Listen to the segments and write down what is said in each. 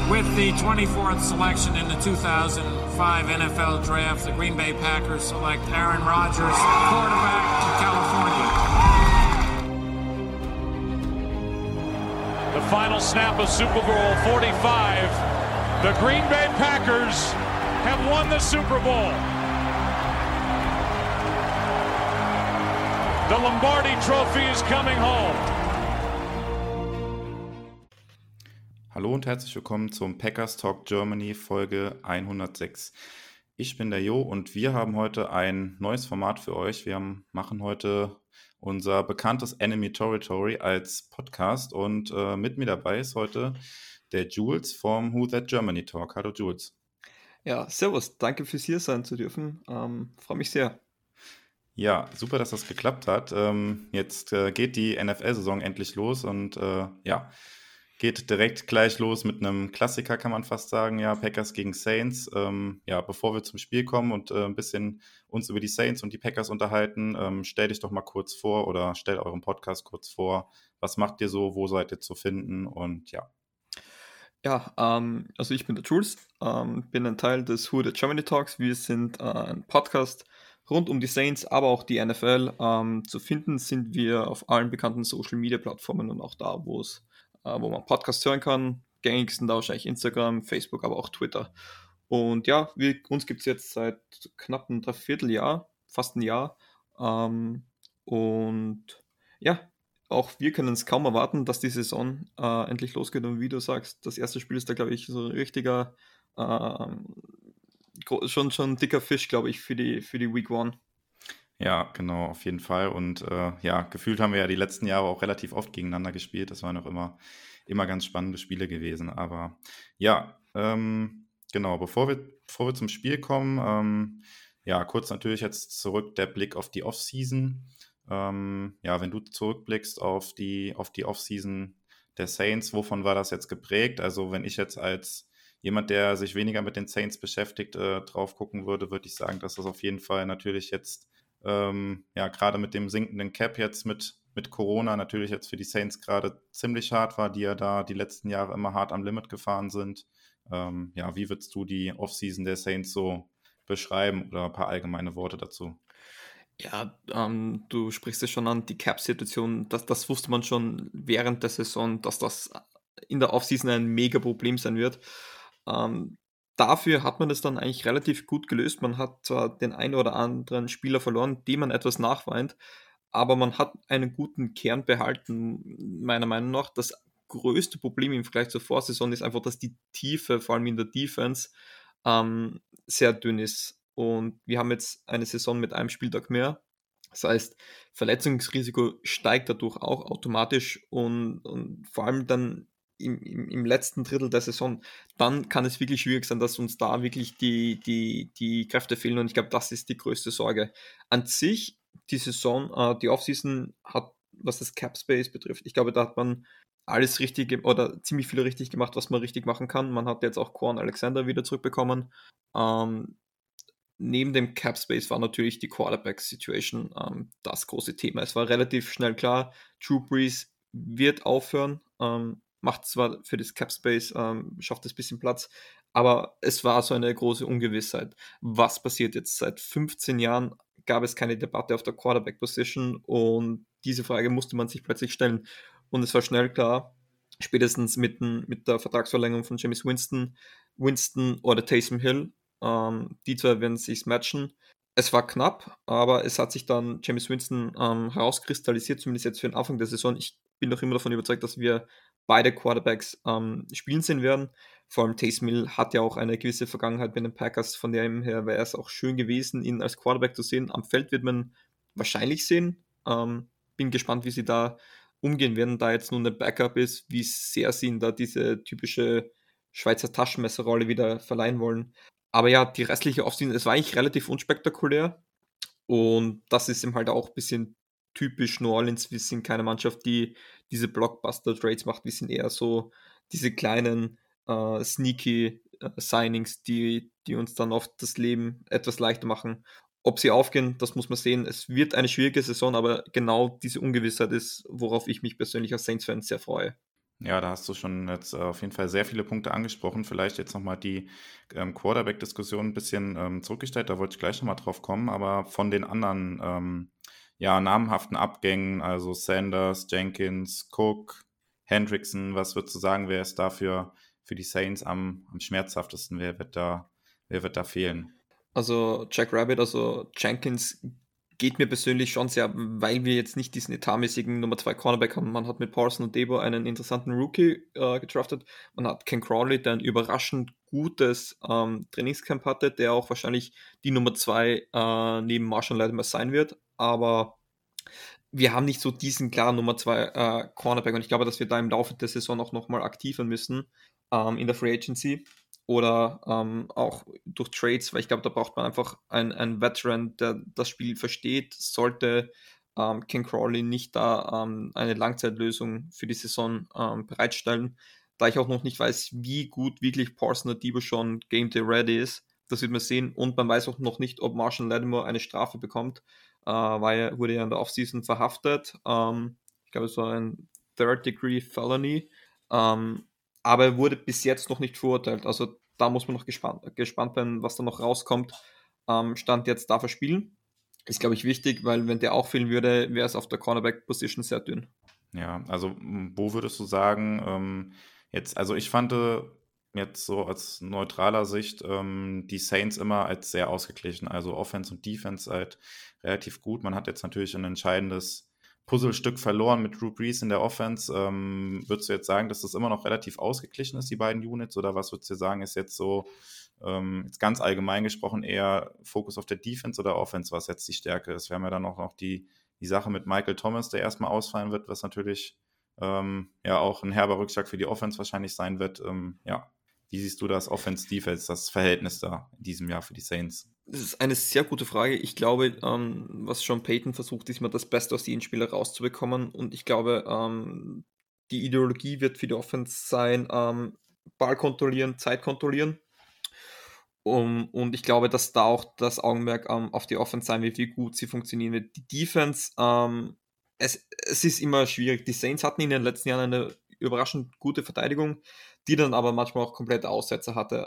With the 24th selection in the 2005 NFL Draft, the Green Bay Packers select Aaron Rodgers, quarterback of California. The final snap of Super Bowl 45. The Green Bay Packers have won the Super Bowl. The Lombardi Trophy is coming home. Hallo und herzlich willkommen zum Packers Talk Germany Folge 106. Ich bin der Jo und wir haben heute ein neues Format für euch. Wir machen heute unser bekanntes Enemy Territory als Podcast und mit mir dabei ist heute der Jules vom Who That Germany Talk. Hallo Jules. Ja, servus. Danke fürs hier sein zu dürfen. Freue mich sehr. Ja, super, dass das geklappt hat. Jetzt geht die NFL-Saison endlich los und geht direkt gleich los mit einem Klassiker, kann man fast sagen. Ja, Packers gegen Saints. Bevor wir zum Spiel kommen und ein bisschen uns über die Saints und die Packers unterhalten, stell dich doch mal kurz vor oder stellt euren Podcast kurz vor. Was macht ihr so? Wo seid ihr zu finden? Und ja. Ja, also ich bin der Jules, bin ein Teil des Who That Germany Talks. Wir sind ein Podcast rund um die Saints, aber auch die NFL. Zu finden sind wir auf allen bekannten Social-Media-Plattformen und auch da, wo man Podcasts hören kann. Gängig sind da wahrscheinlich Instagram, Facebook, aber auch Twitter. Und ja, uns gibt es jetzt seit knapp einem Dreivierteljahr, fast ein Jahr. Und ja, auch wir können es kaum erwarten, dass die Saison endlich losgeht. Und wie du sagst, das erste Spiel ist da, glaube ich, so ein richtiger, schon ein dicker Fisch, glaube ich, für die Week 1. Ja, genau, auf jeden Fall. Und gefühlt haben wir ja die letzten Jahre auch relativ oft gegeneinander gespielt. Das waren auch immer ganz spannende Spiele gewesen. Aber ja, genau, bevor wir zum Spiel kommen, kurz natürlich jetzt zurück der Blick auf die Offseason. Wenn du zurückblickst auf die Offseason der Saints, wovon war das jetzt geprägt? Also wenn ich jetzt als jemand, der sich weniger mit den Saints beschäftigt, drauf gucken würde ich sagen, dass das auf jeden Fall natürlich jetzt gerade mit dem sinkenden Cap jetzt mit Corona natürlich jetzt für die Saints gerade ziemlich hart war, die ja da die letzten Jahre immer hart am Limit gefahren sind. Wie würdest du die Offseason der Saints so beschreiben oder ein paar allgemeine Worte dazu? Ja, du sprichst es schon an, die Cap-Situation, das wusste man schon während der Saison, dass das in der Offseason ein mega Problem sein wird. Dafür hat man das dann eigentlich relativ gut gelöst. Man hat zwar den einen oder anderen Spieler verloren, dem man etwas nachweint, aber man hat einen guten Kern behalten, meiner Meinung nach. Das größte Problem im Vergleich zur Vorsaison ist einfach, dass die Tiefe, vor allem in der Defense, sehr dünn ist. Und wir haben jetzt eine Saison mit einem Spieltag mehr. Das heißt, Verletzungsrisiko steigt dadurch auch automatisch und vor allem dann im letzten Drittel der Saison, dann kann es wirklich schwierig sein, dass uns da wirklich die Kräfte fehlen und ich glaube, das ist die größte Sorge. An sich, die Saison, die Offseason hat, was das Cap Space betrifft, ich glaube, da hat man alles richtig oder ziemlich viel richtig gemacht, was man richtig machen kann. Man hat jetzt auch Kwon Alexander wieder zurückbekommen. Neben dem Cap Space war natürlich die Quarterback-Situation das große Thema. Es war relativ schnell klar, Drew Brees wird aufhören, macht zwar für das Cap Space, schafft es ein bisschen Platz, aber es war so eine große Ungewissheit. Was passiert jetzt? Seit 15 Jahren gab es keine Debatte auf der Quarterback-Position und diese Frage musste man sich plötzlich stellen. Und es war schnell klar, spätestens mit der Vertragsverlängerung von Jameis Winston oder Taysom Hill, die zwei werden sich matchen. Es war knapp, aber es hat sich dann Jameis Winston herauskristallisiert, zumindest jetzt für den Anfang der Saison. Ich bin noch immer davon überzeugt, dass wir beide Quarterbacks spielen sehen werden. Vor allem Taysom Hill hat ja auch eine gewisse Vergangenheit mit den Packers, von dem her wäre es auch schön gewesen, ihn als Quarterback zu sehen. Am Feld wird man wahrscheinlich sehen. Bin gespannt, wie sie da umgehen werden, da jetzt nun ein Backup ist, wie sehr sie ihn da diese typische Schweizer Taschenmesserrolle wieder verleihen wollen. Aber ja, die restliche Offseason, es war eigentlich relativ unspektakulär und das ist eben halt auch ein bisschen typisch New Orleans. Wir sind keine Mannschaft, die diese Blockbuster-Trades macht. Wir sind eher so diese kleinen sneaky Signings, die uns dann oft das Leben etwas leichter machen. Ob sie aufgehen, das muss man sehen. Es wird eine schwierige Saison, aber genau diese Ungewissheit ist, worauf ich mich persönlich als Saints-Fan sehr freue. Ja, da hast du schon jetzt auf jeden Fall sehr viele Punkte angesprochen. Vielleicht jetzt nochmal die Quarterback-Diskussion ein bisschen zurückgestellt, da wollte ich gleich nochmal drauf kommen, aber von den anderen ja, namhaften Abgängen, also Sanders, Jenkins, Cook, Hendrickson, was würdest du sagen, wer ist dafür für die Saints am schmerzhaftesten? Wer wird da fehlen? Also Jack Rabbit, also Jenkins geht mir persönlich schon sehr, weil wir jetzt nicht diesen etatmäßigen Nummer 2 Cornerback haben. Man hat mit Paulson und Debo einen interessanten Rookie gedraftet. Man hat Ken Crawley, der ein überraschend gutes Trainingscamp hatte, der auch wahrscheinlich die Nummer 2 neben Marshall Lattimore sein wird. Aber wir haben nicht so diesen klaren Nummer 2 Cornerback und ich glaube, dass wir da im Laufe der Saison auch nochmal aktiver müssen in der Free Agency oder auch durch Trades, weil ich glaube, da braucht man einfach einen Veteran, der das Spiel versteht. Sollte Ken Crawley nicht da eine Langzeitlösung für die Saison bereitstellen, da ich auch noch nicht weiß, wie gut wirklich Paulson oder Debo schon Game Day ready ist. Das wird man sehen und man weiß auch noch nicht, ob Marshall Lattimore eine Strafe bekommt, wurde ja in der Offseason verhaftet. Ich glaube, es war ein Third-Degree Felony. Aber er wurde bis jetzt noch nicht verurteilt. Also da muss man noch gespannt sein, was da noch rauskommt. Stand jetzt darf er spielen. Ist, glaube ich, wichtig, weil wenn der auch fehlen würde, wäre es auf der Cornerback-Position sehr dünn. Ja, also wo würdest du sagen, jetzt, also ich fand jetzt so aus neutraler Sicht die Saints immer als sehr ausgeglichen, also Offense und Defense halt relativ gut. Man hat jetzt natürlich ein entscheidendes Puzzlestück verloren mit Drew Brees in der Offense. Würdest du jetzt sagen, dass das immer noch relativ ausgeglichen ist, die beiden Units, oder was würdest du sagen, ist jetzt so, jetzt ganz allgemein gesprochen, eher Fokus auf der Defense oder Offense, was jetzt die Stärke ist? Wir haben ja dann auch noch die Sache mit Michael Thomas, der erstmal ausfallen wird, was natürlich ja auch ein herber Rückschlag für die Offense wahrscheinlich sein wird. Ja, wie siehst du das Offense-Defense, das Verhältnis da in diesem Jahr für die Saints? Das ist eine sehr gute Frage. Ich glaube, was Sean Payton versucht, ist immer das Beste aus den Spielern rauszubekommen. Und ich glaube, die Ideologie wird für die Offense sein, Ball kontrollieren, Zeit kontrollieren. Und ich glaube, dass da auch das Augenmerk auf die Offense sein wird, wie gut sie funktionieren wird. Die Defense, es ist immer schwierig. Die Saints hatten in den letzten Jahren eine überraschend gute Verteidigung, die dann aber manchmal auch komplette Aussetzer hatte.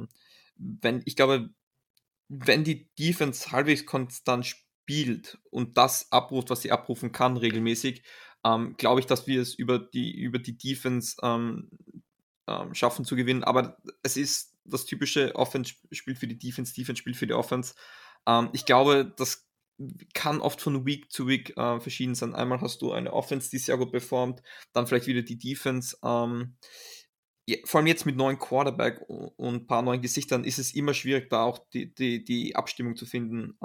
Ich glaube, wenn die Defense halbwegs konstant spielt und das abruft, was sie abrufen kann, regelmäßig, glaube ich, dass wir es über die Defense schaffen zu gewinnen. Aber es ist das typische Offense spielt für die Defense, Defense spielt für die Offense. Ich glaube, das kann oft von Week zu Week verschieden sein. Einmal hast du eine Offense, die sehr gut performt, dann vielleicht wieder die Defense. Ja, vor allem jetzt mit neuen Quarterback und ein paar neuen Gesichtern ist es immer schwierig, da auch die Abstimmung zu finden.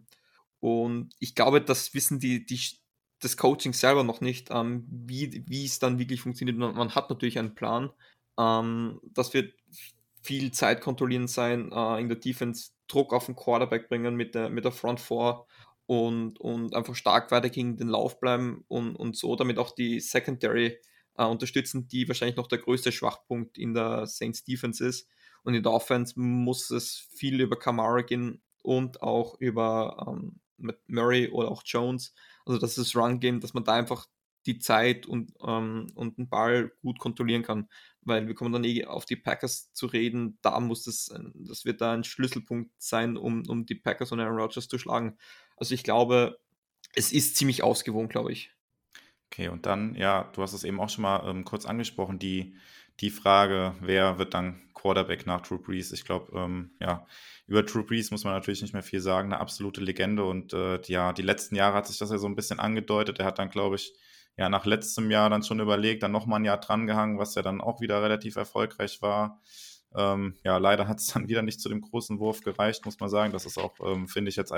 Und ich glaube, das wissen das Coaching selber noch nicht, wie es dann wirklich funktioniert. Man hat natürlich einen Plan. Das wird viel Zeit kontrollieren sein, in der Defense Druck auf den Quarterback bringen mit der Front Four und einfach stark weiter gegen den Lauf bleiben und so damit auch die Secondary unterstützen, die wahrscheinlich noch der größte Schwachpunkt in der Saints Defense ist. Und in der Offense muss es viel über Kamara gehen und auch über Murray oder auch Jones. Also das ist das Run-Game, dass man da einfach die Zeit und den Ball gut kontrollieren kann. Weil wir kommen dann auf die Packers zu reden, das wird da ein Schlüsselpunkt sein, um die Packers und Aaron Rodgers zu schlagen. Also ich glaube, es ist ziemlich ausgewogen, glaube ich. Okay, und dann, ja, du hast es eben auch schon mal kurz angesprochen, die Frage, wer wird dann Quarterback nach Drew Brees? Ich glaube, ja, über Drew Brees muss man natürlich nicht mehr viel sagen, eine absolute Legende und ja, die letzten Jahre hat sich das ja so ein bisschen angedeutet. Er hat dann, glaube ich, ja, nach letztem Jahr dann schon überlegt, dann nochmal ein Jahr drangehangen, was ja dann auch wieder relativ erfolgreich war. Ja, leider hat es dann wieder nicht zu dem großen Wurf gereicht, muss man sagen. Das ist auch, finde ich, jetzt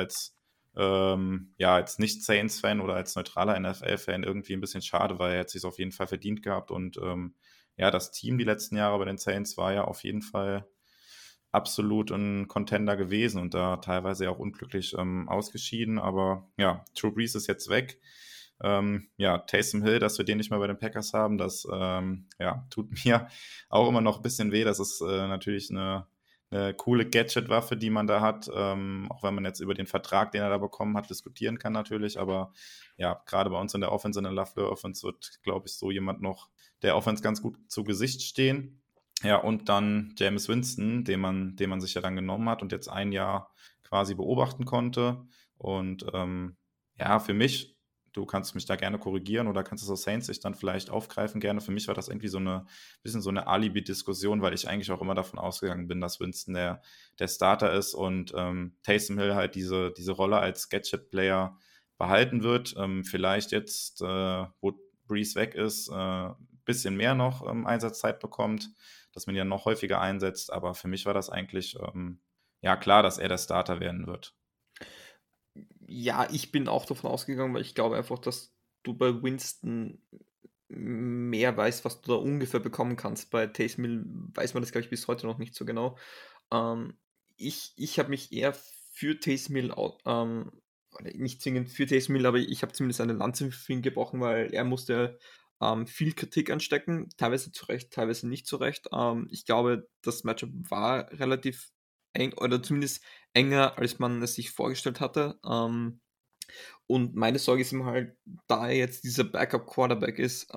ja, als Nicht-Saints-Fan oder als neutraler NFL-Fan irgendwie ein bisschen schade, weil er hat sich auf jeden Fall verdient gehabt und ja, das Team die letzten Jahre bei den Saints war ja auf jeden Fall absolut ein Contender gewesen und da teilweise ja auch unglücklich ausgeschieden, aber ja, Drew Brees ist jetzt weg. Ja, Taysom Hill, dass wir den nicht mehr bei den Packers haben, das ja, tut mir auch immer noch ein bisschen weh. Das ist natürlich eine eine coole Gadget-Waffe, die man da hat, auch wenn man jetzt über den Vertrag, den er da bekommen hat, diskutieren kann natürlich, aber ja, gerade bei uns in der Offense, in der LaFleur Offense wird, glaube ich, so jemand noch der Offense ganz gut zu Gesicht stehen. Ja, und dann Jameis Winston, den man sich ja dann genommen hat und jetzt ein Jahr quasi beobachten konnte. Und ja, für mich, du kannst mich da gerne korrigieren oder kannst es aus Saints Sicht dann vielleicht aufgreifen gerne. Für mich war das irgendwie so eine bisschen so eine Alibi-Diskussion, weil ich eigentlich auch immer davon ausgegangen bin, dass Winston der Starter ist und Taysom Hill halt diese Rolle als Gadget-Player behalten wird. Vielleicht jetzt, wo Breeze weg ist, bisschen mehr noch Einsatzzeit bekommt, dass man ihn ja noch häufiger einsetzt. Aber für mich war das eigentlich ja klar, dass er der Starter werden wird. Ja, ich bin auch davon ausgegangen, weil ich glaube einfach, dass du bei Winston mehr weißt, was du da ungefähr bekommen kannst. Bei Taysom Hill weiß man das, glaube ich, bis heute noch nicht so genau. Ich habe mich eher für Taysom Hill, nicht zwingend für Taysom Hill, aber ich habe zumindest eine Lanze für ihn gebrochen, weil er musste viel Kritik anstecken, teilweise zu Recht, teilweise nicht zu Recht. Ich glaube, das Matchup war relativ eng oder zumindest enger, als man es sich vorgestellt hatte. Und meine Sorge ist ihm halt, da er jetzt dieser Backup-Quarterback ist,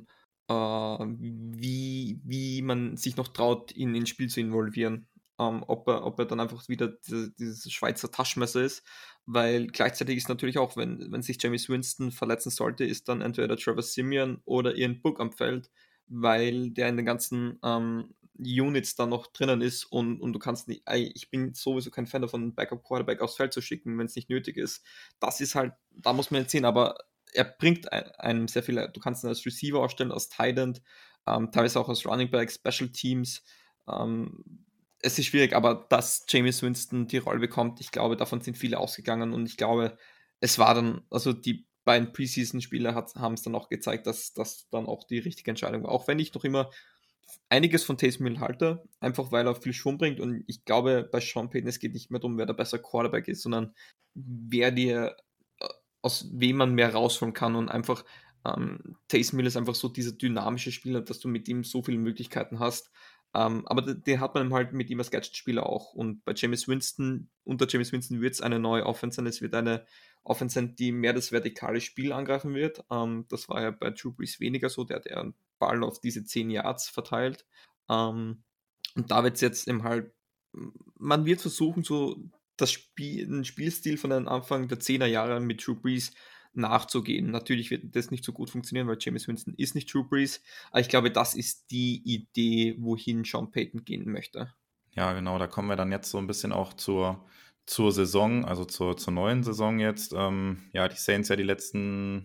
wie man sich noch traut, ihn ins Spiel zu involvieren. Ob er dann einfach wieder dieses Schweizer Taschenmesser ist, weil gleichzeitig ist natürlich auch, wenn sich Jameis Winston verletzen sollte, ist dann entweder Trevor Siemian oder Ian Book am Feld, weil der in den ganzen Units dann noch drinnen ist und du kannst nicht, ich bin sowieso kein Fan davon, Backup Quarterback aufs Feld zu schicken, wenn es nicht nötig ist. Das ist halt, da muss man jetzt sehen, aber er bringt einem sehr viel, du kannst ihn als Receiver ausstellen, als Tight End, teilweise auch als Running Back, Special Teams. Es ist schwierig, aber dass Jameis Winston die Rolle bekommt, ich glaube, davon sind viele ausgegangen und ich glaube, es war dann, also die beiden Preseason-Spiele haben es dann auch gezeigt, dass das dann auch die richtige Entscheidung war. Auch wenn ich noch immer einiges von Taysom Hill halte, einfach weil er viel Schwung bringt und ich glaube, bei Sean Payton, es geht nicht mehr darum, wer der bessere Quarterback ist, sondern wer dir, aus wem man mehr rausholen kann und einfach Taysom Hill ist einfach so dieser dynamische Spieler, dass du mit ihm so viele Möglichkeiten hast. Aber den hat man halt mit ihm als Gadget-Spieler auch. Und bei Jameis Winston, unter Jameis Winston wird es eine neue Offense sein. Es wird eine Offense sein, die mehr das vertikale Spiel angreifen wird. Das war ja bei Drew Brees weniger so. Der hat ja einen Ball auf diese 10 Yards verteilt. Und da wird es jetzt eben halt, man wird versuchen, so den Spielstil von den Anfang der 10er Jahre mit Drew Brees nachzugehen. Natürlich wird das nicht so gut funktionieren, weil Jameis Winston ist nicht Drew Brees, aber ich glaube, das ist die Idee, wohin Sean Payton gehen möchte. Ja, genau, da kommen wir dann jetzt so ein bisschen auch zur Saison, also zur neuen Saison jetzt. Ja, die Saints ja die letzten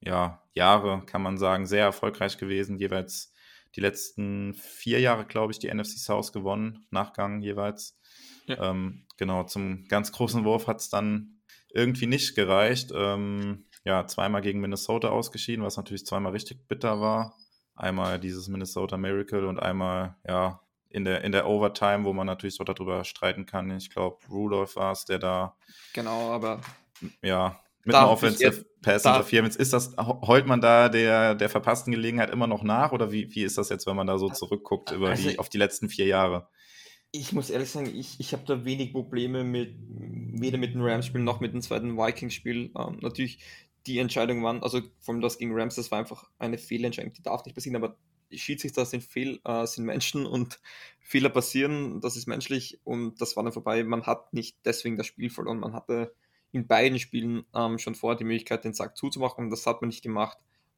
Jahre, kann man sagen, sehr erfolgreich gewesen. Jeweils die letzten 4 Jahre, glaube ich, die NFC South gewonnen, Nachgang jeweils. Ja. Genau, zum ganz großen Wurf hat es dann irgendwie nicht gereicht. Ja, zweimal gegen Minnesota ausgeschieden, was natürlich zweimal richtig bitter war. Einmal dieses Minnesota Miracle und einmal, ja, in der Overtime, wo man natürlich so darüber streiten kann. Ich glaube, Rudolph war es, der da, Genau, aber ja, mit einer darf ich Offensive jetzt- Pass darf- Interference, heult man da der verpassten Gelegenheit immer noch nach oder wie ist das jetzt, wenn man da so zurückguckt auf die letzten 4 Jahre? Ich muss ehrlich sagen, ich habe da wenig Probleme weder mit dem Rams-Spiel noch mit dem zweiten Vikings-Spiel. Natürlich, die Entscheidung waren, also vor allem das gegen Rams, das war einfach eine Fehlentscheidung, die darf nicht passieren, aber Schiedsrichter sind Menschen und Fehler passieren, das ist menschlich und das war dann vorbei. Man hat nicht deswegen das Spiel verloren, man hatte in beiden Spielen schon vorher die Möglichkeit, den Sack zuzumachen und das hat man nicht gemacht.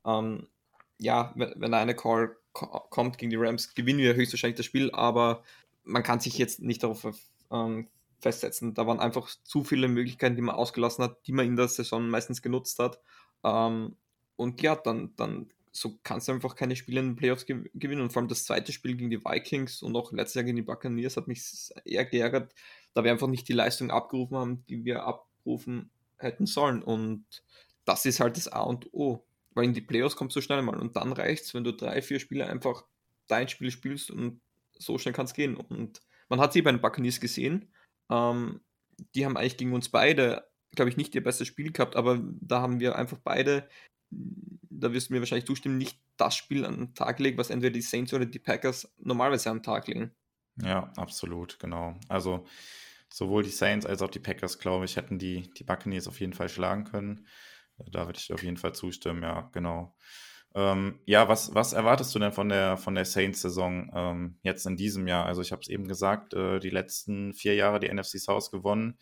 Ja, wenn eine Call kommt gegen die Rams, gewinnen wir höchstwahrscheinlich das Spiel, aber man kann sich jetzt nicht darauf festsetzen. Da waren einfach zu viele Möglichkeiten, die man ausgelassen hat, die man in der Saison meistens genutzt hat. Und ja, dann so kannst du einfach keine Spiele in den Playoffs gewinnen. Und vor allem das zweite Spiel gegen die Vikings und auch letztes Jahr gegen die Buccaneers hat mich eher geärgert, da wir einfach nicht die Leistung abgerufen haben, die wir abrufen hätten sollen. Und das ist halt das A und O. Weil in die Playoffs kommst du schnell mal. Und dann reicht es, wenn du 3-4 Spiele einfach dein Spiel spielst und so schnell kann es gehen. Und man hat sie bei den Buccaneers gesehen. Die haben eigentlich gegen uns beide, glaube ich, nicht ihr bestes Spiel gehabt, aber da haben wir einfach beide, da wirst du mir wahrscheinlich zustimmen, nicht das Spiel an den Tag legen, was entweder die Saints oder die Packers normalerweise am Tag legen. Ja, absolut, genau. Also sowohl die Saints als auch die Packers, glaube ich, hätten die Buccaneers auf jeden Fall schlagen können. Da würde ich dir auf jeden Fall zustimmen, ja, genau. Ja, was erwartest du denn von der Saints-Saison jetzt in diesem Jahr? Also ich habe es eben gesagt, die letzten 4 Jahre die NFC South gewonnen.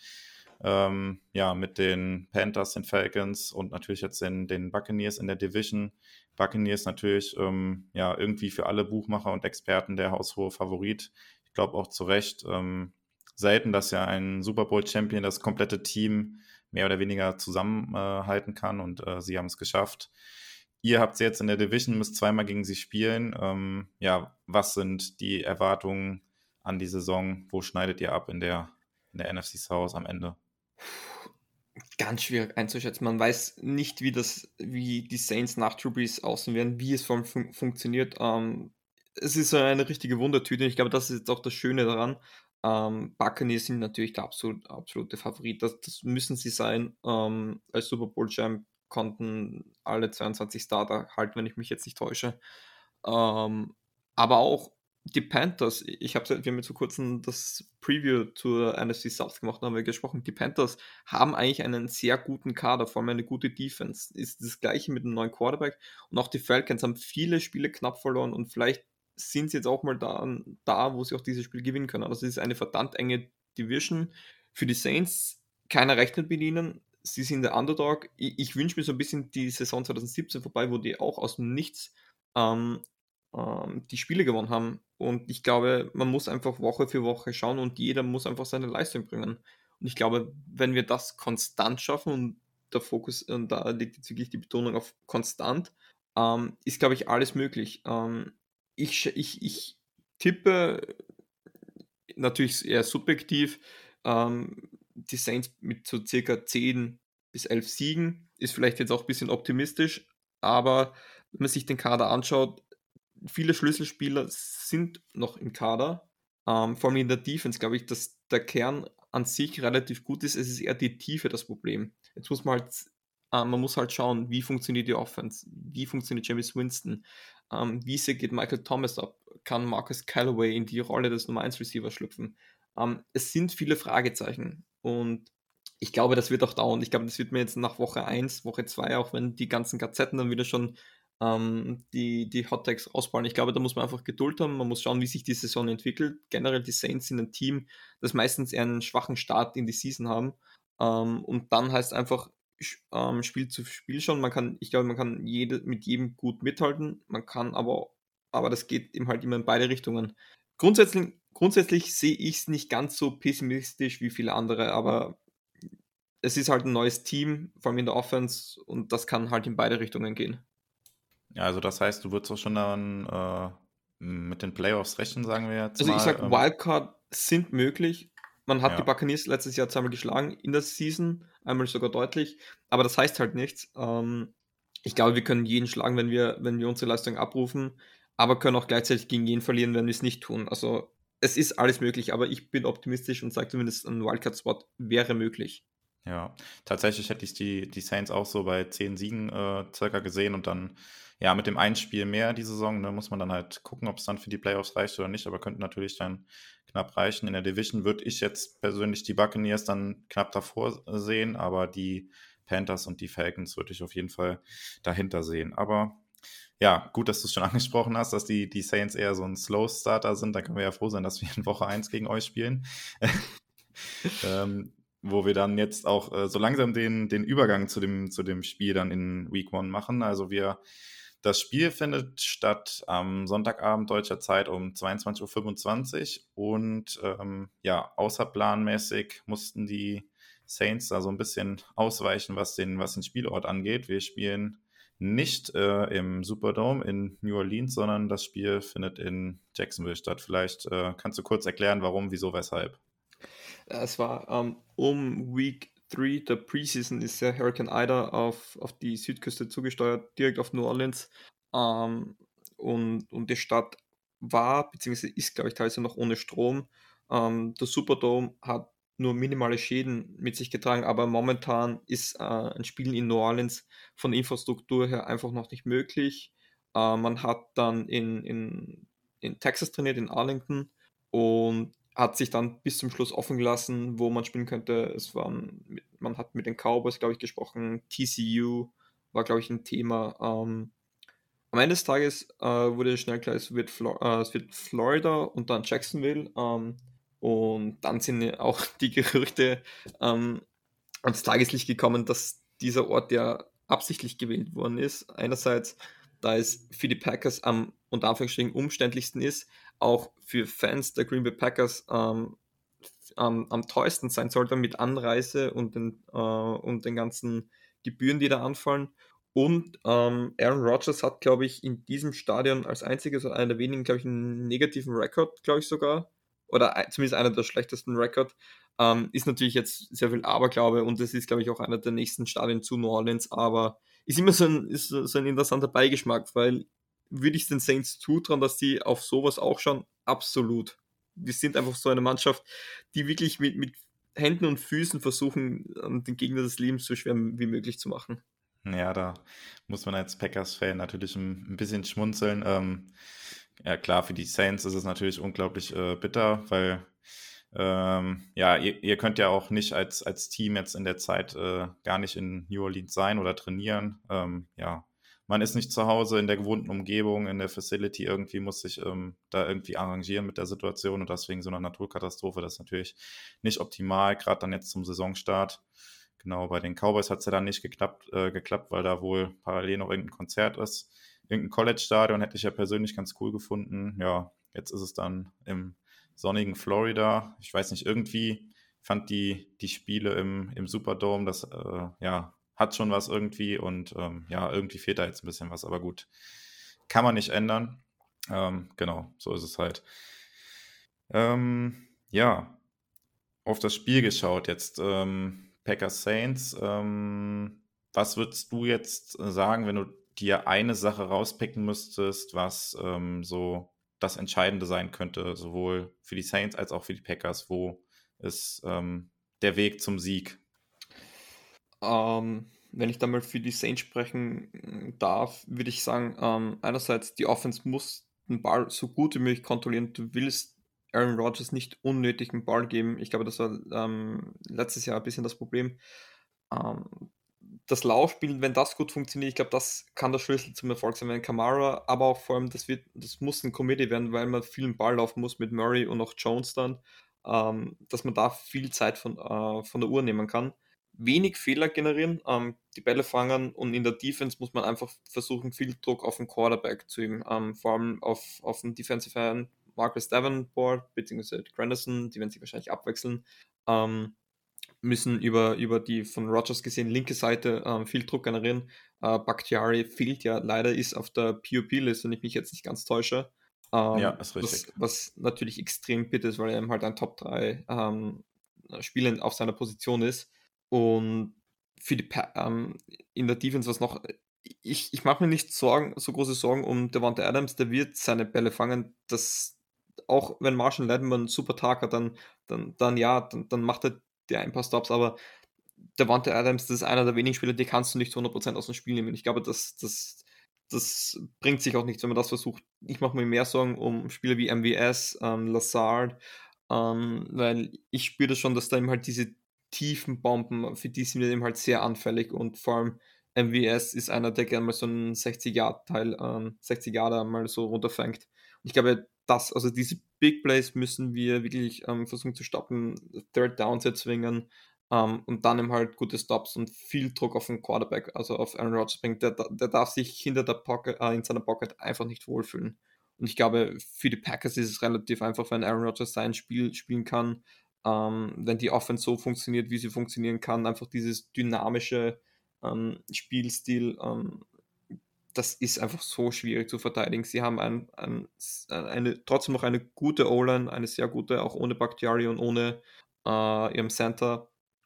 Ja, mit den Panthers, den Falcons und natürlich jetzt den Buccaneers in der Division. Buccaneers natürlich ja irgendwie für alle Buchmacher und Experten der haushohe Favorit. Ich glaube auch zu Recht. Selten, dass ja ein Super Bowl-Champion das komplette Team mehr oder weniger zusammenhalten kann und sie haben es geschafft. Ihr habt sie jetzt in der Division, müsst zweimal gegen sie spielen. Ja, was sind die Erwartungen an die Saison? Wo schneidet ihr ab in der NFC South am Ende? Ganz schwierig einzuschätzen. Man weiß nicht, wie die Saints nach Drew Brees aussehen werden, wie es vor allem funktioniert. Es ist so eine richtige Wundertüte. Ich glaube, das ist jetzt auch das Schöne daran. Buccaneers sind natürlich der absolute Favorit. Das müssen sie sein. Als Super Bowl Champ konnten alle 22 Starter halten, wenn ich mich jetzt nicht täusche. Ähm, aber auch die Panthers, wir haben jetzt vor kurzem das Preview zur NFC South gemacht, da haben wir gesprochen, die Panthers haben eigentlich einen sehr guten Kader, vor allem eine gute Defense. Ist das gleiche mit einem neuen Quarterback und auch die Falcons haben viele Spiele knapp verloren und vielleicht sind sie jetzt auch mal da, wo sie auch dieses Spiel gewinnen können. Also es ist eine verdammt enge Division für die Saints. Keiner rechnet mit ihnen. Sie sind der Underdog. Ich wünsche mir so ein bisschen die Saison 2017 vorbei, wo die auch aus dem Nichts ähm, die Spiele gewonnen haben. Und ich glaube, man muss einfach Woche für Woche schauen und jeder muss einfach seine Leistung bringen. Und ich glaube, wenn wir das konstant schaffen und der Fokus, und da liegt jetzt wirklich die Betonung auf konstant, ist, glaube ich, alles möglich. Ich tippe natürlich eher subjektiv, die Saints mit so circa 10 bis 11 Siegen ist vielleicht jetzt auch ein bisschen optimistisch, aber wenn man sich den Kader anschaut, viele Schlüsselspieler sind noch im Kader. Vor allem in der Defense glaube ich, dass der Kern an sich relativ gut ist. Es ist eher die Tiefe das Problem. Jetzt muss man muss halt schauen, wie funktioniert die Offense, wie funktioniert Jameis Winston, wie sehr geht Michael Thomas ab, kann Marcus Callaway in die Rolle des Nummer 1 Receiver schlüpfen. Es sind viele Fragezeichen und ich glaube, das wird auch dauern. Ich glaube, das wird mir jetzt nach Woche 1, Woche 2, auch wenn die ganzen Gazetten dann wieder schon die Hot Takes rausballen. Ich glaube, da muss man einfach Geduld haben. Man muss schauen, wie sich die Saison entwickelt. Generell die Saints sind ein Team, das meistens eher einen schwachen Start in die Season haben. Und dann heißt einfach Spiel zu Spiel schauen. Ich glaube, man kann mit jedem gut mithalten. Man kann aber das geht eben halt immer in beide Richtungen. Grundsätzlich sehe ich es nicht ganz so pessimistisch wie viele andere, aber es ist halt ein neues Team, vor allem in der Offense, und das kann halt in beide Richtungen gehen. Ja, also das heißt, du würdest auch schon dann mit den Playoffs rechnen, sagen wir jetzt Also ich mal. sag, Wildcard sind möglich. Man hat die Ja, Buccaneers letztes Jahr zweimal geschlagen in der Season, einmal sogar deutlich, aber das heißt halt nichts. Ich glaube, wir können jeden schlagen, wenn wir unsere Leistung abrufen, aber können auch gleichzeitig gegen jeden verlieren, wenn wir es nicht tun. Also es ist alles möglich, aber ich bin optimistisch und sage zumindest, ein Wildcard-Spot wäre möglich. ja. Tatsächlich hätte ich die Saints auch so bei 10 Siegen circa gesehen und dann, ja, mit dem einen Spiel mehr die Saison, ne, muss man dann halt gucken, ob es dann für die Playoffs reicht oder nicht, aber könnte natürlich dann knapp reichen. In der Division würde ich jetzt persönlich die Buccaneers dann knapp davor sehen, aber die Panthers und die Falcons würde ich auf jeden Fall dahinter sehen. Aber ja, gut, dass du es schon angesprochen hast, dass die Saints eher so ein Slow-Starter sind. Da können wir ja froh sein, dass wir in Woche 1 gegen euch spielen. Wo wir dann jetzt auch so langsam den Übergang zu dem Spiel dann in Week 1 machen. Also das Spiel findet statt am Sonntagabend deutscher Zeit um 22:25 Uhr und ja, außerplanmäßig mussten die Saints da so ein bisschen ausweichen, was den Spielort angeht. Wir spielen nicht im Superdome in New Orleans, sondern das Spiel findet in Jacksonville statt. Vielleicht kannst du kurz erklären, warum, wieso, weshalb. Es war um Week 3 der Preseason ist der Hurricane Ida auf die Südküste zugesteuert, direkt auf New Orleans. Und die Stadt war, beziehungsweise ist, glaube ich, teilweise noch ohne Strom. Der Superdome hat nur minimale Schäden mit sich getragen, aber momentan ist ein Spiel in New Orleans von der Infrastruktur her einfach noch nicht möglich. Man hat dann in Texas trainiert, in Arlington, und hat sich dann bis zum Schluss offen gelassen, wo man spielen könnte. Man hat mit den Cowboys, glaube ich, gesprochen. TCU war, glaube ich, ein Thema. Am Ende des Tages wurde schnell klar, es wird Florida und dann Jacksonville. Und dann sind auch die Gerüchte ans Tageslicht gekommen, dass dieser Ort ja absichtlich gewählt worden ist. Einerseits, da es für die Packers am unter Anführungsstrichen umständlichsten ist, auch für Fans der Green Bay Packers am teuersten sein sollte mit Anreise und den ganzen Gebühren, die da anfallen. Und Aaron Rodgers hat, glaube ich, in diesem Stadion als einziges oder einer der wenigen, glaube ich, einen negativen Rekord, glaube ich sogar. Oder zumindest einer der schlechtesten Rekord. Ist natürlich jetzt sehr viel Aberglaube und es ist, glaube ich, auch einer der nächsten Stadien zu New Orleans, aber ist immer so ein interessanter Beigeschmack, weil würde ich den Saints zutrauen, dass die auf sowas auch schauen? Absolut. Wir sind einfach so eine Mannschaft, die wirklich mit Händen und Füßen versuchen, den Gegner das Leben so schwer wie möglich zu machen. Ja, da muss man als Packers-Fan natürlich ein bisschen schmunzeln. Ja, klar, für die Saints ist es natürlich unglaublich bitter, weil ja, ihr könnt ja auch nicht als Team jetzt in der Zeit gar nicht in New Orleans sein oder trainieren. Ja, man ist nicht zu Hause in der gewohnten Umgebung, in der Facility, irgendwie muss sich da irgendwie arrangieren mit der Situation und deswegen so eine Naturkatastrophe, das ist natürlich nicht optimal, gerade dann jetzt zum Saisonstart. Genau, bei den Cowboys hat es ja dann nicht geklappt, weil da wohl parallel noch irgendein Konzert ist. Irgendein College-Stadion hätte ich ja persönlich ganz cool gefunden. Ja, jetzt ist es dann im sonnigen Florida. Ich weiß nicht, irgendwie fand die Spiele im Superdome, das ja, hat schon was irgendwie und ja, irgendwie fehlt da jetzt ein bisschen was, aber gut, kann man nicht ändern. Genau, so ist es halt. Ja, auf das Spiel geschaut jetzt, Packers Saints. Was würdest du jetzt sagen, wenn du dir eine Sache rauspicken müsstest, was so das Entscheidende sein könnte, sowohl für die Saints als auch für die Packers? Wo ist der Weg zum Sieg? Wenn ich da mal für die Saints sprechen darf, würde ich sagen, einerseits die Offense muss den Ball so gut wie möglich kontrollieren. Du willst Aaron Rodgers nicht unnötig einen Ball geben. Ich glaube, das war letztes Jahr ein bisschen das Problem. Das Laufspiel, wenn das gut funktioniert, ich glaube, das kann der Schlüssel zum Erfolg sein. Wenn Kamara, aber auch vor allem, das muss ein Comedy werden, weil man viel Ball laufen muss mit Murray und auch Jones dann, dass man da viel Zeit von der Uhr nehmen kann. Wenig Fehler generieren, die Bälle fangen und in der Defense muss man einfach versuchen, viel Druck auf den Quarterback zu üben, vor allem auf den Defensive End, Marcus Davenport bzw. Granderson, die werden sich wahrscheinlich abwechseln, müssen über die von Rodgers gesehen linke Seite viel Druck generieren. Bakhtiari fehlt ja leider, ist auf der PUP-Liste, wenn ich mich jetzt nicht ganz täusche. Ja, ist richtig. Was natürlich extrem bitter ist, weil er eben halt ein Top 3 Spieler auf seiner Position ist. Und für in der Defense was noch, ich mache mir nicht so große Sorgen um Davante Adams, der wird seine Bälle fangen. Das, auch wenn Marshall Lattimore einen super Tag hat, dann macht er die ein paar Stops, aber Davante Adams, das ist einer der wenigen Spieler, die kannst du nicht zu 100% aus dem Spiel nehmen. Ich glaube, das bringt sich auch nichts, wenn man das versucht. Ich mache mir mehr Sorgen um Spieler wie MVS, Lazard, weil ich spüre das schon, dass da eben halt diese tiefen Bomben, für die sind wir eben halt sehr anfällig und vor allem MVS ist einer, der gerne mal so einen 60-Yard-Teil, 60 Yarder mal so runterfängt. Und ich glaube, also diese Big Plays müssen wir wirklich versuchen zu stoppen, Third Down zu erzwingen und dann eben halt gute Stops und viel Druck auf den Quarterback, also auf Aaron Rodgers bringen. Der darf sich hinter der Pocket, in seiner Pocket einfach nicht wohlfühlen. Und ich glaube, für die Packers ist es relativ einfach, wenn Aaron Rodgers sein Spiel spielen kann, wenn die Offense so funktioniert, wie sie funktionieren kann, einfach dieses dynamische Spielstil, das ist einfach so schwierig zu verteidigen. Sie haben trotzdem noch eine gute O-Line, eine sehr gute, auch ohne Bakhtiari und ohne ihrem Center.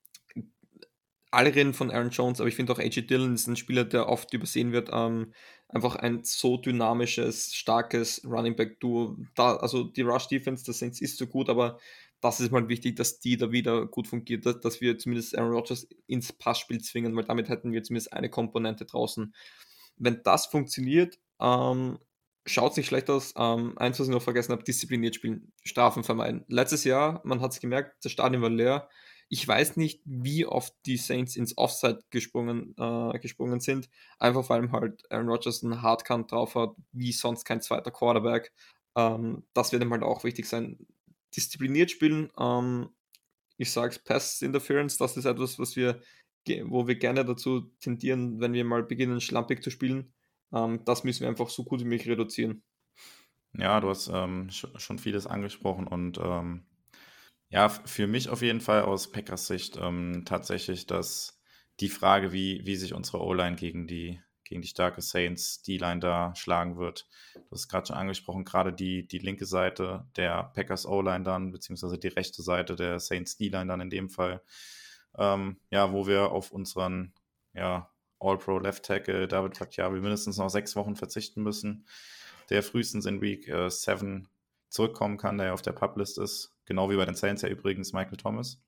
Alle reden von Aaron Jones, aber ich finde auch AJ Dillon ist ein Spieler, der oft übersehen wird. Einfach ein so dynamisches, starkes Running Back Duo. Also die Rush Defense des Saints ist so gut, aber das ist mal wichtig, dass die da wieder gut fungiert, dass wir zumindest Aaron Rodgers ins Passspiel zwingen, weil damit hätten wir zumindest eine Komponente draußen. Wenn das funktioniert, schaut nicht schlecht aus. Eins, was ich noch vergessen habe, diszipliniert spielen, Strafen vermeiden. Letztes Jahr, man hat es gemerkt, das Stadion war leer. Ich weiß nicht, wie oft die Saints ins Offside gesprungen sind, einfach weil halt Aaron Rodgers einen Hardcount drauf hat, wie sonst kein zweiter Quarterback. Das wird ihm halt auch wichtig sein. Diszipliniert spielen, ich sage es, Pass Interference, das ist etwas, wo wir gerne dazu tendieren, wenn wir mal beginnen, schlampig zu spielen. Das müssen wir einfach so gut wie möglich reduzieren. Ja, du hast schon vieles angesprochen und ja, für mich auf jeden Fall aus Packers Sicht tatsächlich die Frage, wie sich unsere O-Line gegen die starke Saints D-Line da schlagen wird. Du hast gerade schon angesprochen, gerade die linke Seite der Packers O-Line dann, beziehungsweise die rechte Seite der Saints D-Line dann in dem Fall. Ja, wo wir auf unseren All-Pro Left Tackle David Bakhtiari mindestens noch 6 Wochen verzichten müssen, der frühestens in Week 7 zurückkommen kann, der ja auf der Publist ist. Genau wie bei den Saints ja übrigens Michael Thomas.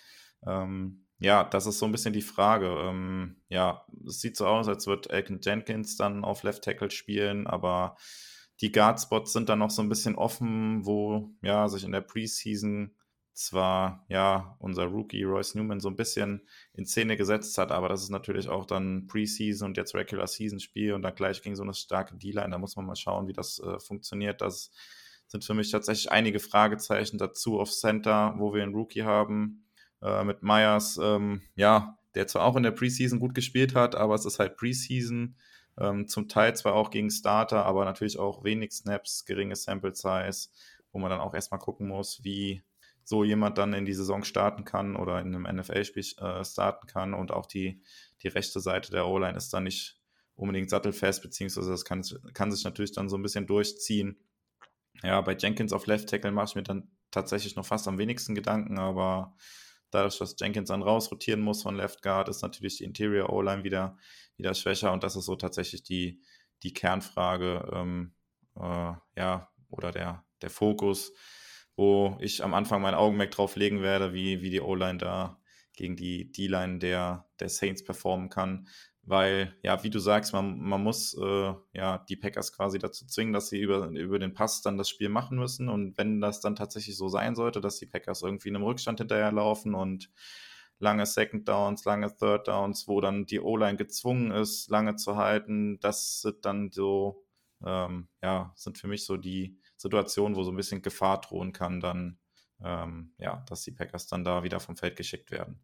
Ja, das ist so ein bisschen die Frage. Ja, es sieht so aus, als wird Elgton Jenkins dann auf Left Tackle spielen, aber die Guard-Spots sind dann noch so ein bisschen offen, wo ja sich in der Preseason zwar ja unser Rookie Royce Newman so ein bisschen in Szene gesetzt hat, aber das ist natürlich auch dann Preseason und jetzt Regular Season Spiel und dann gleich gegen so eine starke D-Line, da muss man mal schauen, wie das funktioniert. Das sind für mich tatsächlich einige Fragezeichen dazu auf Center, wo wir einen Rookie haben mit Myers, ja, der zwar auch in der Preseason gut gespielt hat, aber es ist halt Preseason, zum Teil zwar auch gegen Starter, aber natürlich auch wenig Snaps, geringe Sample Size, wo man dann auch erstmal gucken muss, wie so jemand dann in die Saison starten kann oder in einem NFL-Spiel starten kann und auch die rechte Seite der O-Line ist dann nicht unbedingt sattelfest, beziehungsweise das kann sich natürlich dann so ein bisschen durchziehen. Ja, bei Jenkins auf Left Tackle mache ich mir dann tatsächlich noch fast am wenigsten Gedanken, aber dadurch, dass Jenkins dann rausrotieren muss von Left Guard, ist natürlich die Interior O-Line wieder schwächer und das ist so tatsächlich die Kernfrage, ja, oder der Fokus, wo ich am Anfang mein Augenmerk drauf legen werde, wie die O-Line da gegen die D-Line der Saints performen kann. Weil, ja, wie du sagst, man muss ja die Packers quasi dazu zwingen, dass sie über den Pass dann das Spiel machen müssen. Und wenn das dann tatsächlich so sein sollte, dass die Packers irgendwie in einem Rückstand hinterherlaufen und lange Second Downs, lange Third Downs, wo dann die O-Line gezwungen ist, lange zu halten, das sind dann so, ja, sind für mich so die Situationen, wo so ein bisschen Gefahr drohen kann, dann, ja, dass die Packers dann da wieder vom Feld geschickt werden.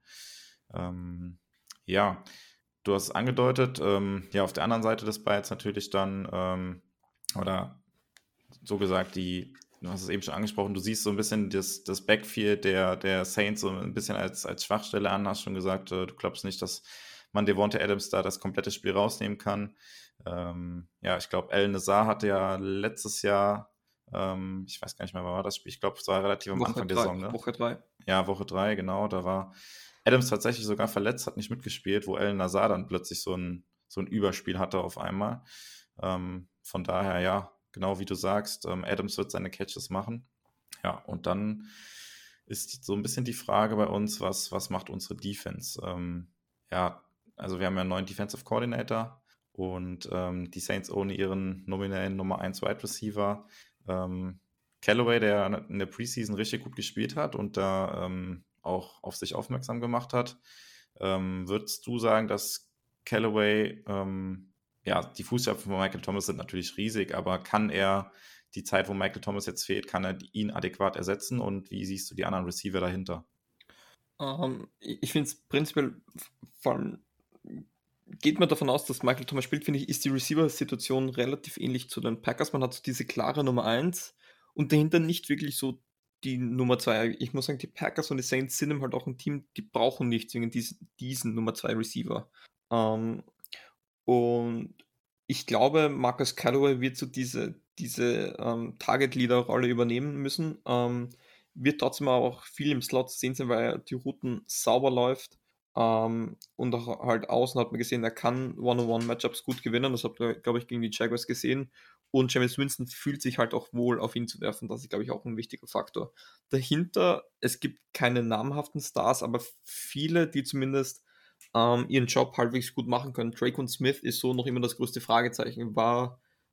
Ja, du hast es angedeutet, ja, auf der anderen Seite des Balls natürlich dann, oder so gesagt, du hast es eben schon angesprochen, du siehst so ein bisschen das Backfield der Saints so ein bisschen als Schwachstelle an, hast schon gesagt, du glaubst nicht, dass man Devontae Adams da das komplette Spiel rausnehmen kann. Ja, ich glaube, El Nazar hatte ja letztes Jahr, ich weiß gar nicht mehr, wann war das Spiel, ich glaube, es war relativ am Anfang der Saison, ne? Woche 3. Ja, Woche 3, genau, da war Adams tatsächlich sogar verletzt, hat nicht mitgespielt, wo El Nazar dann plötzlich so ein Überspiel hatte auf einmal. Von daher, ja, genau wie du sagst, Adams wird seine Catches machen. Ja, und dann ist so ein bisschen die Frage bei uns, was macht unsere Defense? Ja, also wir haben ja einen neuen Defensive Coordinator und die Saints ohne ihren nominellen Nummer 1 Wide Receiver. Callaway, der in der Preseason richtig gut gespielt hat und da auch auf sich aufmerksam gemacht hat. Würdest du sagen, dass Callaway, ja, die Fußstapfen von Michael Thomas sind natürlich riesig, aber kann er die Zeit, wo Michael Thomas jetzt fehlt, kann er ihn adäquat ersetzen und wie siehst du die anderen Receiver dahinter? Ich finde es prinzipiell, vor allem geht man davon aus, dass Michael Thomas spielt, finde ich, ist die Receiver-Situation relativ ähnlich zu den Packers. Man hat so diese klare Nummer 1 und dahinter nicht wirklich so die Nummer 2. Ich muss sagen, die Packers und die Saints sind halt auch ein Team, die brauchen nicht zwingend diesen Nummer 2 Receiver. Und ich glaube, Marcus Callaway wird so diese Target-Leader-Rolle übernehmen müssen. Wird trotzdem auch viel im Slot sehen sein, weil er die Routen sauber läuft. Und auch halt außen hat man gesehen, er kann One-on-One-Matchups gut gewinnen. Das habt ihr, glaube ich, gegen die Jaguars gesehen. Und Jameis Winston fühlt sich halt auch wohl, auf ihn zu werfen. Das ist, glaube ich, auch ein wichtiger Faktor. Dahinter, es gibt keine namhaften Stars, aber viele, die zumindest ihren Job halbwegs gut machen können. Draquan Smith ist so noch immer das größte Fragezeichen. War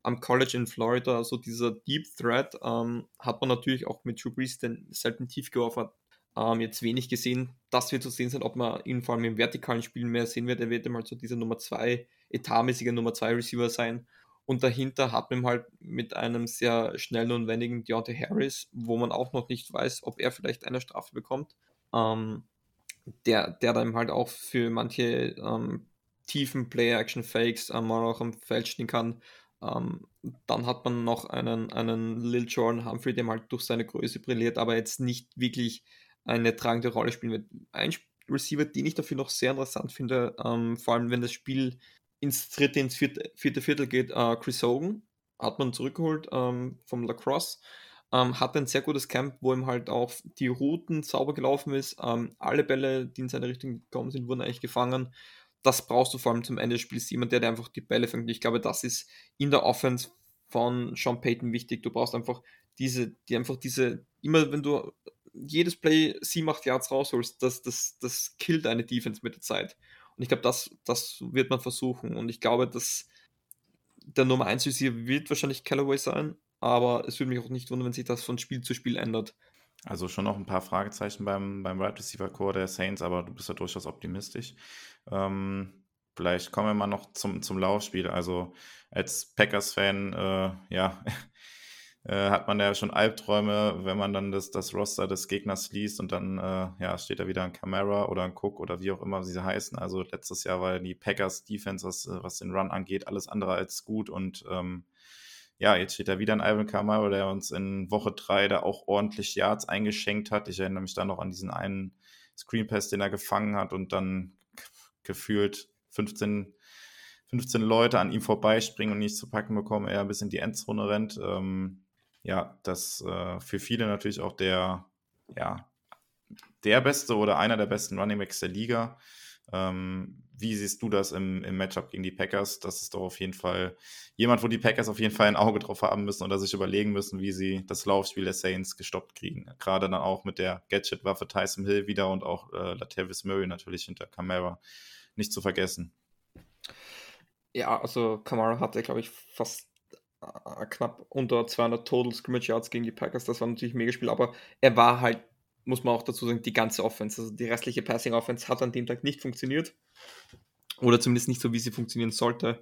am College in Florida, so dieser Deep Threat, hat man natürlich auch mit Drew Brees, den selten tief geworfen hat, jetzt wenig gesehen. Das wird zu sehen sein, ob man ihn vor allem im vertikalen Spielen mehr sehen wird. Er wird einmal so dieser etatmäßiger Nummer 2 Receiver sein. Und dahinter hat man halt mit einem sehr schnellen und wendigen Deontay Harris, wo man auch noch nicht weiß, ob er vielleicht eine Strafe bekommt, der dann halt auch für manche tiefen Play-Action-Fakes mal auch am Feld stehen kann. Dann hat man noch einen Lil Jordan Humphrey, der halt durch seine Größe brilliert, aber jetzt nicht wirklich eine tragende Rolle spielen wird. Ein Receiver, den ich dafür noch sehr interessant finde, vor allem wenn das Spiel ins vierte Viertel geht, Chris Hogan, hat man zurückgeholt vom Lacrosse, hat ein sehr gutes Camp, wo ihm halt auch die Routen sauber gelaufen ist, alle Bälle, die in seine Richtung gekommen sind, wurden eigentlich gefangen. Das brauchst du vor allem zum Ende des Spiels, jemand, der einfach die Bälle fängt. Ich glaube, das ist in der Offense von Sean Payton wichtig. Du brauchst einfach immer wenn du jedes Play 7-8 Yards rausholst, das killt eine Defense mit der Zeit. Und ich glaube, das wird man versuchen. Und ich glaube, dass der Nummer 1 Receiver wird wahrscheinlich Callaway sein, aber es würde mich auch nicht wundern, wenn sich das von Spiel zu Spiel ändert. Also schon noch ein paar Fragezeichen beim Wide Receiver Core der Saints, aber du bist ja durchaus optimistisch. Vielleicht kommen wir mal noch zum Laufspiel. Also als Packers-Fan, hat man ja schon Albträume, wenn man dann das Roster des Gegners liest und dann steht da wieder ein Kamara oder ein Cook oder wie auch immer sie heißen. Also letztes Jahr war die Packers-Defense, was den Run angeht, alles andere als gut und jetzt steht da wieder ein Alvin Kamara, der uns in Woche 3 da auch ordentlich Yards eingeschenkt hat. Ich erinnere mich da noch an diesen einen Screen Pass, den er gefangen hat und dann gefühlt 15 Leute an ihm vorbeispringen und nicht zu packen bekommen, er bis in die Endzone rennt. Das für viele natürlich auch der beste oder einer der besten Running Backs der Liga. Wie siehst du das im Matchup gegen die Packers? Das ist doch auf jeden Fall jemand, wo die Packers auf jeden Fall ein Auge drauf haben müssen oder sich überlegen müssen, wie sie das Laufspiel der Saints gestoppt kriegen. Gerade dann auch mit der Gadget-Waffe Tyson Hill wieder und auch Latavius Murray natürlich hinter Kamara nicht zu vergessen. Ja, also Kamara hatte, glaube ich, fast knapp unter 200 Total Scrimmage Yards gegen die Packers. Das war natürlich ein Megaspiel, aber er war halt, muss man auch dazu sagen, die ganze Offense. Also die restliche Passing-Offense hat an dem Tag nicht funktioniert. Oder zumindest nicht so, wie sie funktionieren sollte.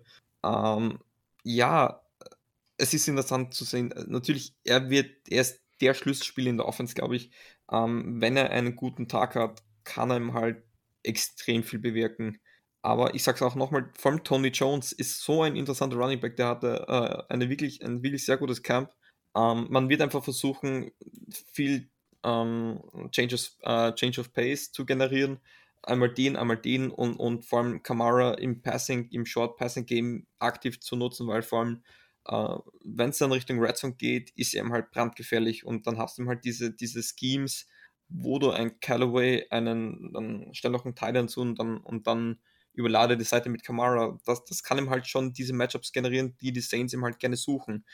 Es ist interessant zu sehen. Natürlich, er ist der Schlüsselspieler in der Offense, glaube ich. Wenn er einen guten Tag hat, kann er ihm halt extrem viel bewirken. Aber ich sage es auch nochmal, vor allem Tony Jones ist so ein interessanter Running Back, der hatte ein wirklich sehr gutes Camp. Man wird einfach versuchen, viel Change of Pace zu generieren. Einmal den und vor allem Kamara im Short Passing Game aktiv zu nutzen, weil vor allem, wenn es dann Richtung Red Zone geht, ist er ihm halt brandgefährlich und dann hast du halt diese Schemes, wo du ein Callaway, dann stell noch einen Tight End zu und dann überlade die Seite mit Kamara. Das kann ihm halt schon diese Matchups generieren, die Saints ihm halt gerne suchen.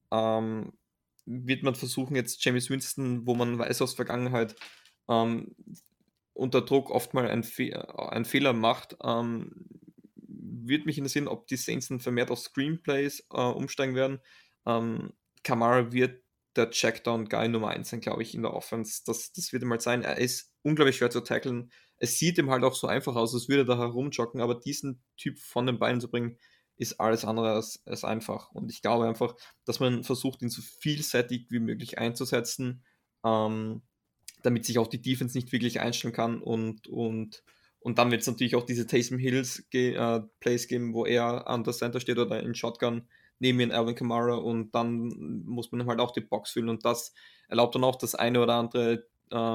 Wird man versuchen, jetzt Jameis Winston, wo man weiß aus Vergangenheit, unter Druck oft mal einen Fehler macht, wird mich interessieren, ob die Saints dann vermehrt auf Screenplays umsteigen werden. Kamara wird der Checkdown-Guy Nummer 1 sein, glaube ich, in der Offense. Das wird ihm halt sein. Er ist unglaublich schwer zu tackeln. Es sieht ihm halt auch so einfach aus, als würde er da herumjoggen, aber diesen Typ von den Beinen zu bringen, ist alles andere als einfach. Und ich glaube einfach, dass man versucht, ihn so vielseitig wie möglich einzusetzen, damit sich auch die Defense nicht wirklich einstellen kann. Und dann wird es natürlich auch diese Taysom Hills Plays geben, wo er an der Center steht oder in Shotgun neben ihn Alvin Kamara und dann muss man halt auch die Box füllen und das erlaubt dann auch das eine oder andere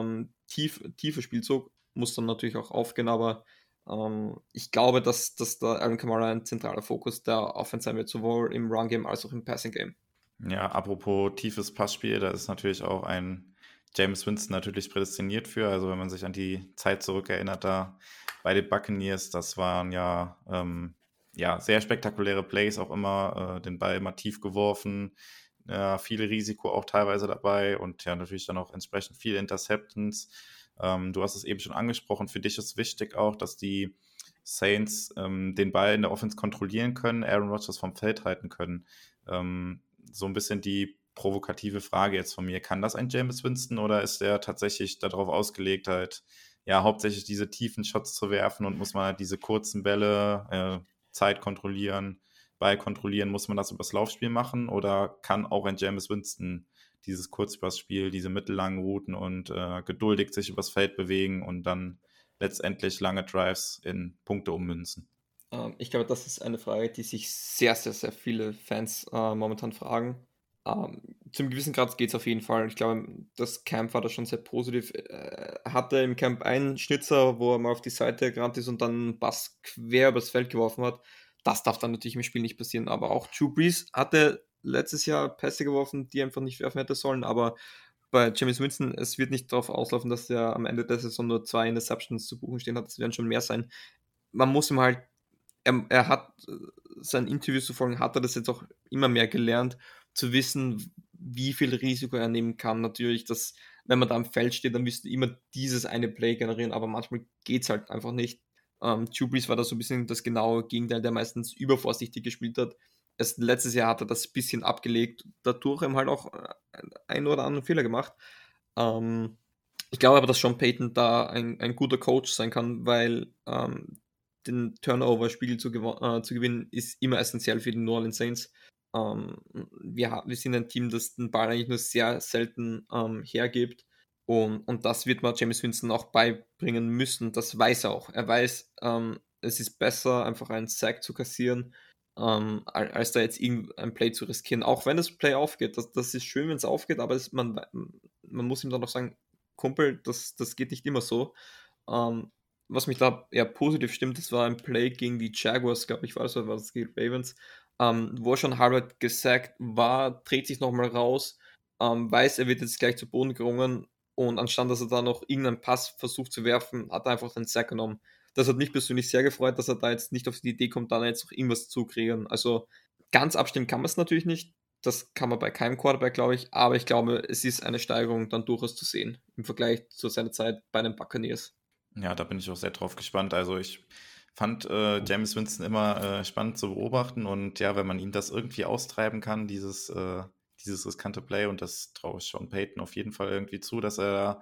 tiefe Spielzug, muss dann natürlich auch aufgehen, aber ich glaube, dass da Alvin Kamara ein zentraler Fokus der Offense sein wird, sowohl im Run-Game als auch im Passing-Game. Ja, apropos tiefes Passspiel, da ist natürlich auch ein Jameis Winston natürlich prädestiniert für, also wenn man sich an die Zeit zurückerinnert da bei den Buccaneers, das waren sehr spektakuläre Plays, auch immer den Ball immer tief geworfen, viel Risiko auch teilweise dabei und ja natürlich dann auch entsprechend viele Interceptions. Du hast es eben schon angesprochen, für dich ist wichtig auch, dass die Saints den Ball in der Offense kontrollieren können, Aaron Rodgers vom Feld halten können. So ein bisschen die provokative Frage jetzt von mir. Kann das ein Jameis Winston oder ist der tatsächlich darauf ausgelegt, halt, ja, hauptsächlich diese tiefen Shots zu werfen und muss man halt diese kurzen Bälle, Zeit kontrollieren, Ball kontrollieren, muss man das übers Laufspiel machen oder kann auch ein Jameis Winston dieses Kurzpassspiel, diese mittellangen Routen und geduldig sich übers Feld bewegen und dann letztendlich lange Drives in Punkte ummünzen? Ich glaube, das ist eine Frage, die sich sehr, sehr, sehr viele Fans momentan fragen. Zum gewissen Grad geht es auf jeden Fall. Ich glaube, das Camp war da schon sehr positiv. Er hatte im Camp einen Schnitzer, wo er mal auf die Seite gerannt ist und dann einen Pass quer übers Feld geworfen hat. Das darf dann natürlich im Spiel nicht passieren. Aber auch Drew Brees hatte letztes Jahr Pässe geworfen, die er einfach nicht werfen hätte sollen. Aber bei Jameis Winston, es wird nicht darauf auslaufen, dass er am Ende der Saison nur 2 Interceptions zu buchen stehen hat. Das werden schon mehr sein. Man muss ihm halt, er hat sein Interview zu folgen, hat er das jetzt auch immer mehr gelernt, zu wissen, wie viel Risiko er nehmen kann. Natürlich, dass, wenn man da am Feld steht, dann müsste immer dieses eine Play generieren, aber manchmal geht es halt einfach nicht. Drew Brees war da so ein bisschen das genaue Gegenteil, der meistens übervorsichtig gespielt hat. Erst letztes Jahr hat er das bisschen abgelegt, dadurch eben halt auch einen oder anderen Fehler gemacht. Ich glaube aber, dass Sean Payton da ein guter Coach sein kann, weil den Turnover-Spiel zu gewinnen ist immer essentiell für die New Orleans Saints. Wir sind ein Team, das den Ball eigentlich nur sehr selten hergibt. Und das wird man Jameis Winston auch beibringen müssen. Das weiß er auch. Er weiß, es ist besser, einfach einen Sack zu kassieren, als da jetzt irgendein Play zu riskieren. Auch wenn das Play aufgeht. Das ist schön, wenn es aufgeht, aber man muss ihm dann auch sagen, Kumpel, das geht nicht immer so. Was mich da eher positiv stimmt, das war ein Play gegen die Jaguars, glaube ich, war das gegen Ravens, wo er schon halb gesackt war, dreht sich nochmal raus, weiß, er wird jetzt gleich zu Boden gerungen und anstatt, dass er da noch irgendeinen Pass versucht zu werfen, hat er einfach den Sack genommen. Das hat mich persönlich sehr gefreut, dass er da jetzt nicht auf die Idee kommt, dann jetzt noch irgendwas zu kreieren. Also ganz abstimmen kann man es natürlich nicht. Das kann man bei keinem Quarterback, glaube ich. Aber ich glaube, es ist eine Steigerung dann durchaus zu sehen im Vergleich zu seiner Zeit bei den Buccaneers. Ja, da bin ich auch sehr drauf gespannt. Also ich fand Jameis Winston immer spannend zu beobachten und ja, wenn man ihn das irgendwie austreiben kann, dieses riskante Play, und das traue ich Sean Payton auf jeden Fall irgendwie zu, dass er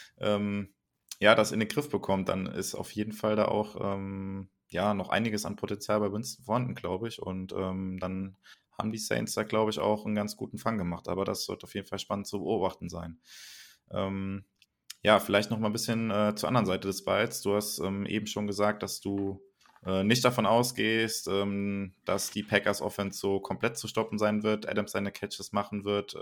ja, das in den Griff bekommt, dann ist auf jeden Fall da auch ja, noch einiges an Potenzial bei Winston vorhanden, glaube ich. Und dann haben die Saints da, glaube ich, auch einen ganz guten Fang gemacht. Aber das wird auf jeden Fall spannend zu beobachten sein. Ja, vielleicht noch mal ein bisschen zur anderen Seite des Balls. Du hast eben schon gesagt, dass du nicht davon ausgehst, dass die Packers Offense so komplett zu stoppen sein wird, Adams seine Catches machen wird.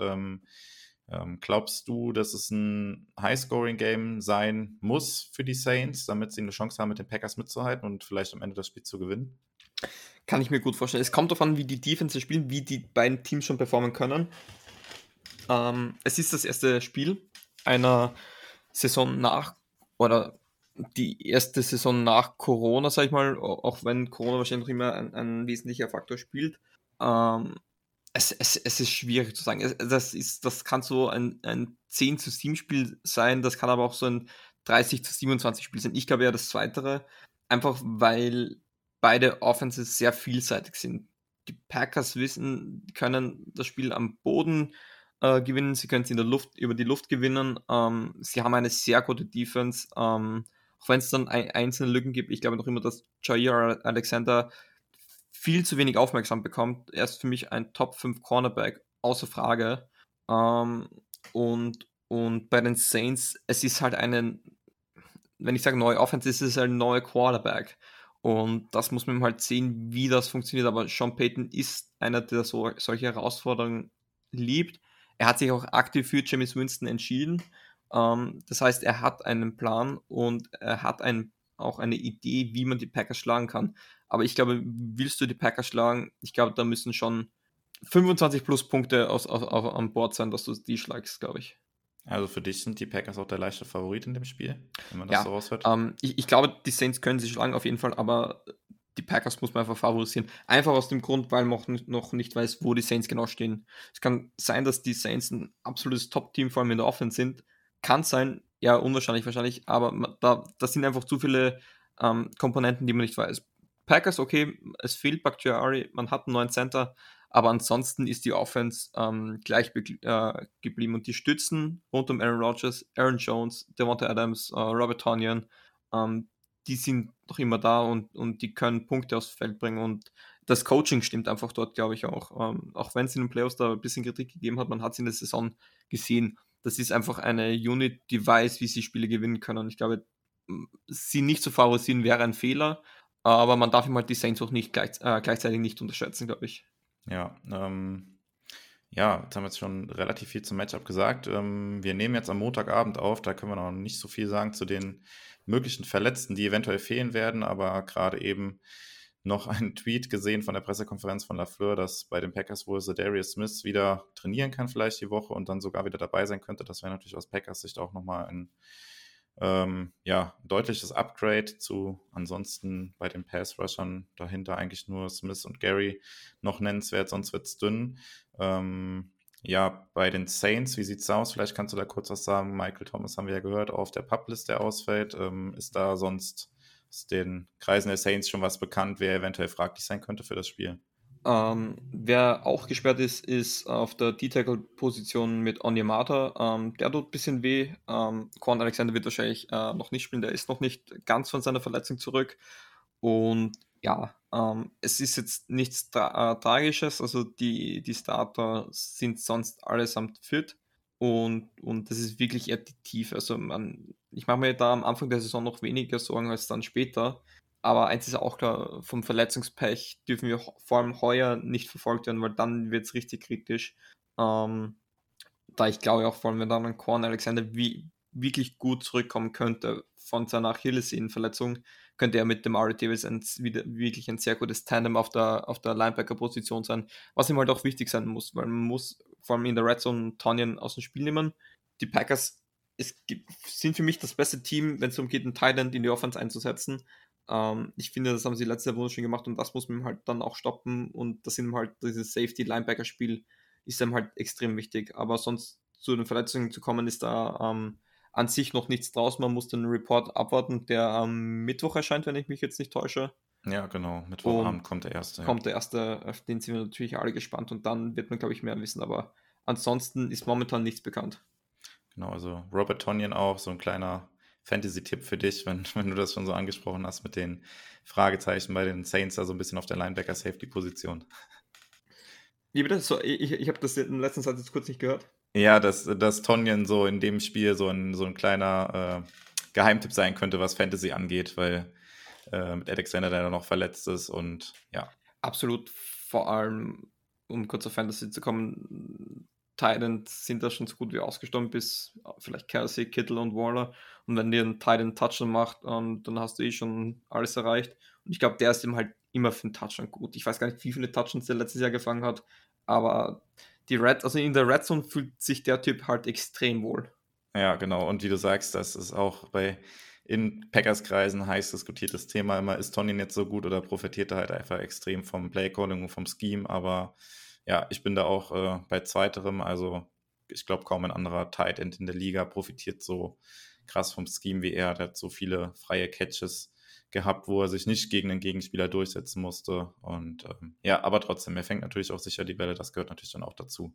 Glaubst du, dass es ein High-Scoring-Game sein muss für die Saints, damit sie eine Chance haben, mit den Packers mitzuhalten und vielleicht am Ende das Spiel zu gewinnen? Kann ich mir gut vorstellen. Es kommt darauf an, wie die Defense spielen, wie die beiden Teams schon performen können. Es ist das erste Spiel einer Saison nach, oder die erste Saison nach Corona, sag ich mal, auch wenn Corona wahrscheinlich noch immer ein wesentlicher Faktor spielt. Es ist schwierig zu sagen. Das kann so ein 10-7 Spiel sein, das kann aber auch so ein 30-27 Spiel sein. Ich glaube eher das Zweitere, einfach weil beide Offenses sehr vielseitig sind. Die Packers können das Spiel am Boden gewinnen, sie können es in der Luft, über die Luft gewinnen. Sie haben eine sehr gute Defense, auch wenn es dann einzelne Lücken gibt. Ich glaube noch immer, dass Jair Alexander viel zu wenig Aufmerksamkeit bekommt. Er ist für mich ein Top 5 Cornerback, außer Frage. Und bei den Saints, es ist halt wenn ich sage neue Offense, ist es halt ein neuer Quarterback. Und das muss man halt sehen, wie das funktioniert. Aber Sean Payton ist einer, der solche Herausforderungen liebt. Er hat sich auch aktiv für Jameis Winston entschieden. Das heißt, er hat einen Plan und er hat auch eine Idee, wie man die Packers schlagen kann. Aber ich glaube, willst du die Packers schlagen, ich glaube, da müssen schon 25 plus Punkte an Bord sein, dass du die schlagst, glaube ich. Also für dich sind die Packers auch der leichte Favorit in dem Spiel, wenn man das so raushört? Ich glaube, die Saints können sie schlagen auf jeden Fall, aber die Packers muss man einfach favorisieren. Einfach aus dem Grund, weil man noch nicht weiß, wo die Saints genau stehen. Es kann sein, dass die Saints ein absolutes Top-Team vor allem in der Offense sind. Kann sein, ja, unwahrscheinlich wahrscheinlich, aber da sind einfach zu viele Komponenten, die man nicht weiß. Packers, okay, es fehlt Bakhtiari, man hat einen neuen Center, aber ansonsten ist die Offense gleich geblieben und die Stützen rund um Aaron Rodgers, Aaron Jones, Devonta Adams, Robert Tonyan, die sind noch immer da und die können Punkte aufs Feld bringen und das Coaching stimmt einfach dort, glaube ich, auch. Auch wenn es in den Playoffs da ein bisschen Kritik gegeben hat, man hat es in der Saison gesehen. Das ist einfach eine Unit, die weiß, wie sie Spiele gewinnen können. Ich glaube, sie nicht zu favorisieren wäre ein Fehler, aber man darf ihm halt die Saints auch nicht gleichzeitig nicht unterschätzen, glaube ich. Ja, jetzt haben wir jetzt schon relativ viel zum Matchup gesagt. Wir nehmen jetzt am Montagabend auf, da können wir noch nicht so viel sagen zu den möglichen Verletzten, die eventuell fehlen werden, aber gerade eben noch einen Tweet gesehen von der Pressekonferenz von LaFleur, dass bei den Packers wohl Za'Darius Smith wieder trainieren kann vielleicht die Woche und dann sogar wieder dabei sein könnte. Das wäre natürlich aus Packers Sicht auch nochmal ein deutliches Upgrade zu ansonsten bei den Pass-Rushern dahinter eigentlich nur Smith und Gary noch nennenswert, sonst wird es dünn. Bei den Saints, wie sieht's aus? Vielleicht kannst du da kurz was sagen. Michael Thomas haben wir ja gehört, auf der PUP-List, der ausfällt. Ist da sonst aus den Kreisen der Saints schon was bekannt, wer eventuell fraglich sein könnte für das Spiel? Wer auch gesperrt ist auf der D-Tackle-Position mit Onyemata. Der tut ein bisschen weh. Quan Alexander wird wahrscheinlich noch nicht spielen. Der ist noch nicht ganz von seiner Verletzung zurück. Und ja, es ist jetzt nichts Tragisches. Also die Starter sind sonst allesamt fit. Und das ist wirklich eher die Tiefe. Also ich mache mir da am Anfang der Saison noch weniger Sorgen als dann später. Aber eins ist auch klar, vom Verletzungspech dürfen wir vor allem heuer nicht verfolgt werden, weil dann wird es richtig kritisch. Da ich glaube auch vor allem, wenn dann ein Quan Alexander wirklich gut zurückkommen könnte von seiner Achillessehnenverletzung, könnte er mit dem Ari Davis wirklich ein sehr gutes Tandem auf der Linebacker-Position sein, was ihm halt auch wichtig sein muss, weil man muss vor allem in der Red Zone Tonyan aus dem Spiel nehmen. Die Packers sind für mich das beste Team, wenn es darum geht, einen Tight End in die Offense einzusetzen. Ich finde, das haben sie letztes Jahr wunderschön gemacht und das muss man halt dann auch stoppen und das sind halt dieses Safety-Linebacker-Spiel ist einem halt extrem wichtig, aber sonst zu den Verletzungen zu kommen, ist da an sich noch nichts draus. Man muss den Report abwarten, der am Mittwoch erscheint, wenn ich mich jetzt nicht täusche. Ja, genau. Mittwochabend kommt der erste. Kommt der erste, auf den sind wir natürlich alle gespannt und dann wird man, glaube ich, mehr wissen, aber ansonsten ist momentan nichts bekannt. Genau, also Robert Tonyan auch, so ein kleiner Fantasy-Tipp für dich, wenn du das schon so angesprochen hast mit den Fragezeichen bei den Saints, da so ein bisschen auf der Linebacker-Safety-Position. Wie bitte? So, ich habe das in der letzten Zeit jetzt kurz nicht gehört. Ja, dass Tonyan so in dem Spiel so ein kleiner Geheimtipp sein könnte, was Fantasy angeht, weil mit Alexander, der noch verletzt ist und ja. Absolut, vor allem, um kurz auf Fantasy zu kommen, Titans sind da schon so gut wie ausgestorben, bis vielleicht Kelsey, Kittle und Waller. Und wenn dir ein Titan Touchdown macht, dann hast du schon alles erreicht. Und ich glaube, der ist eben halt immer für einen Touchdown gut. Ich weiß gar nicht, wie viele Touchdowns der letztes Jahr gefangen hat, aber in der Red Zone fühlt sich der Typ halt extrem wohl. Ja, genau. Und wie du sagst, das ist auch in Packers-Kreisen heiß diskutiertes Thema immer, ist Tonyan jetzt so gut oder profitiert er halt einfach extrem vom Playcalling und vom Scheme, aber ja, ich bin da auch bei zweiterem, also ich glaube kaum ein anderer Tight End in der Liga profitiert so krass vom Scheme wie er. Der hat so viele freie Catches gehabt, wo er sich nicht gegen den Gegenspieler durchsetzen musste und aber trotzdem, er fängt natürlich auch sicher die Bälle, das gehört natürlich dann auch dazu.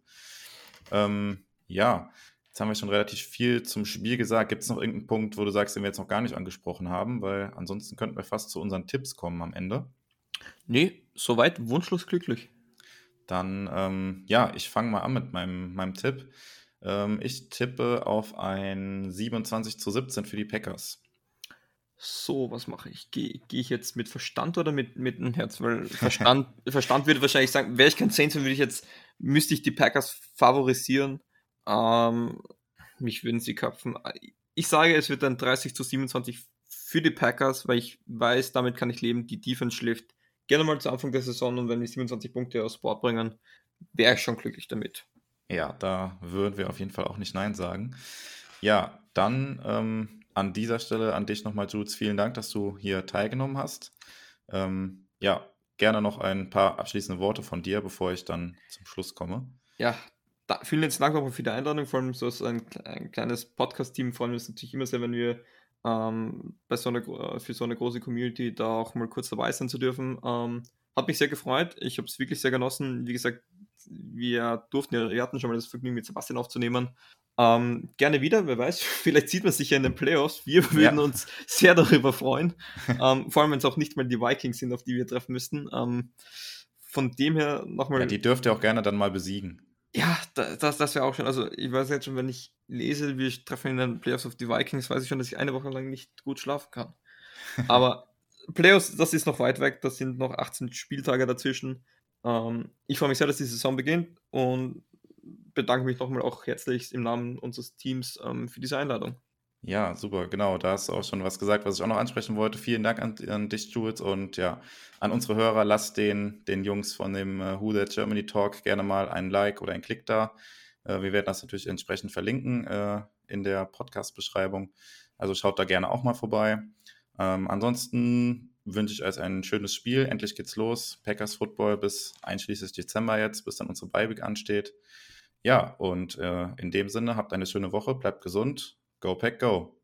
Jetzt haben wir schon relativ viel zum Spiel gesagt. Gibt es noch irgendeinen Punkt, wo du sagst, den wir jetzt noch gar nicht angesprochen haben? Weil ansonsten könnten wir fast zu unseren Tipps kommen am Ende. Nee, soweit wunschlos glücklich. Dann, ich fange mal an mit meinem Tipp. Ich tippe auf ein 27-17 für die Packers. So, was mache ich? Gehe ich jetzt mit Verstand oder mit dem Herz? Weil Verstand würde wahrscheinlich sagen, wäre ich kein Saints, müsste ich die Packers favorisieren. Mich würden sie köpfen. Ich sage, es wird dann 30-27 für die Packers, weil ich weiß, damit kann ich leben. Die Defense schläft gerne mal zu Anfang der Saison und wenn wir 27 Punkte aufs Board bringen, wäre ich schon glücklich damit. Ja, da würden wir auf jeden Fall auch nicht Nein sagen. Ja, dann an dieser Stelle an dich nochmal, Jules, vielen Dank, dass du hier teilgenommen hast. Gerne noch ein paar abschließende Worte von dir, bevor ich dann zum Schluss komme. Ja, vielen herzlichen Dank nochmal für die Einladung, vor allem so ein kleines Podcast-Team. Vor allem ist es natürlich immer sehr, wenn wir für so eine große Community da auch mal kurz dabei sein zu dürfen. Hat mich sehr gefreut. Ich habe es wirklich sehr genossen. Wie gesagt, wir hatten schon mal das Vergnügen, mit Sebastian aufzunehmen. Gerne wieder, wer weiß, vielleicht sieht man sich ja in den Playoffs. Wir würden uns sehr darüber freuen. Vor allem, wenn es auch nicht mal die Vikings sind, auf die wir treffen müssten. Von dem her nochmal. Ja, die dürft ihr auch gerne dann mal besiegen. Ja, das wäre auch schon. Also, ich weiß jetzt schon, wenn ich lese, wir treffen in den Playoffs auf die Vikings, weiß ich schon, dass ich eine Woche lang nicht gut schlafen kann. Aber Playoffs, das ist noch weit weg, das sind noch 18 Spieltage dazwischen. Ich freue mich sehr, dass die Saison beginnt und bedanke mich nochmal auch herzlich im Namen unseres Teams für diese Einladung. Ja, super, genau. Da hast du auch schon was gesagt, was ich auch noch ansprechen wollte. Vielen Dank an dich, Jules, und ja, an unsere Hörer. Lasst den Jungs von dem Who That Germany Talk gerne mal einen Like oder einen Klick da. Wir werden das natürlich entsprechend verlinken in der Podcast-Beschreibung. Also schaut da gerne auch mal vorbei. Ansonsten wünsche ich euch ein schönes Spiel. Endlich geht's los. Packers Football bis einschließlich Dezember jetzt, bis dann unsere Bye Week ansteht. Ja, und in dem Sinne, habt eine schöne Woche, bleibt gesund. Go Pack, go!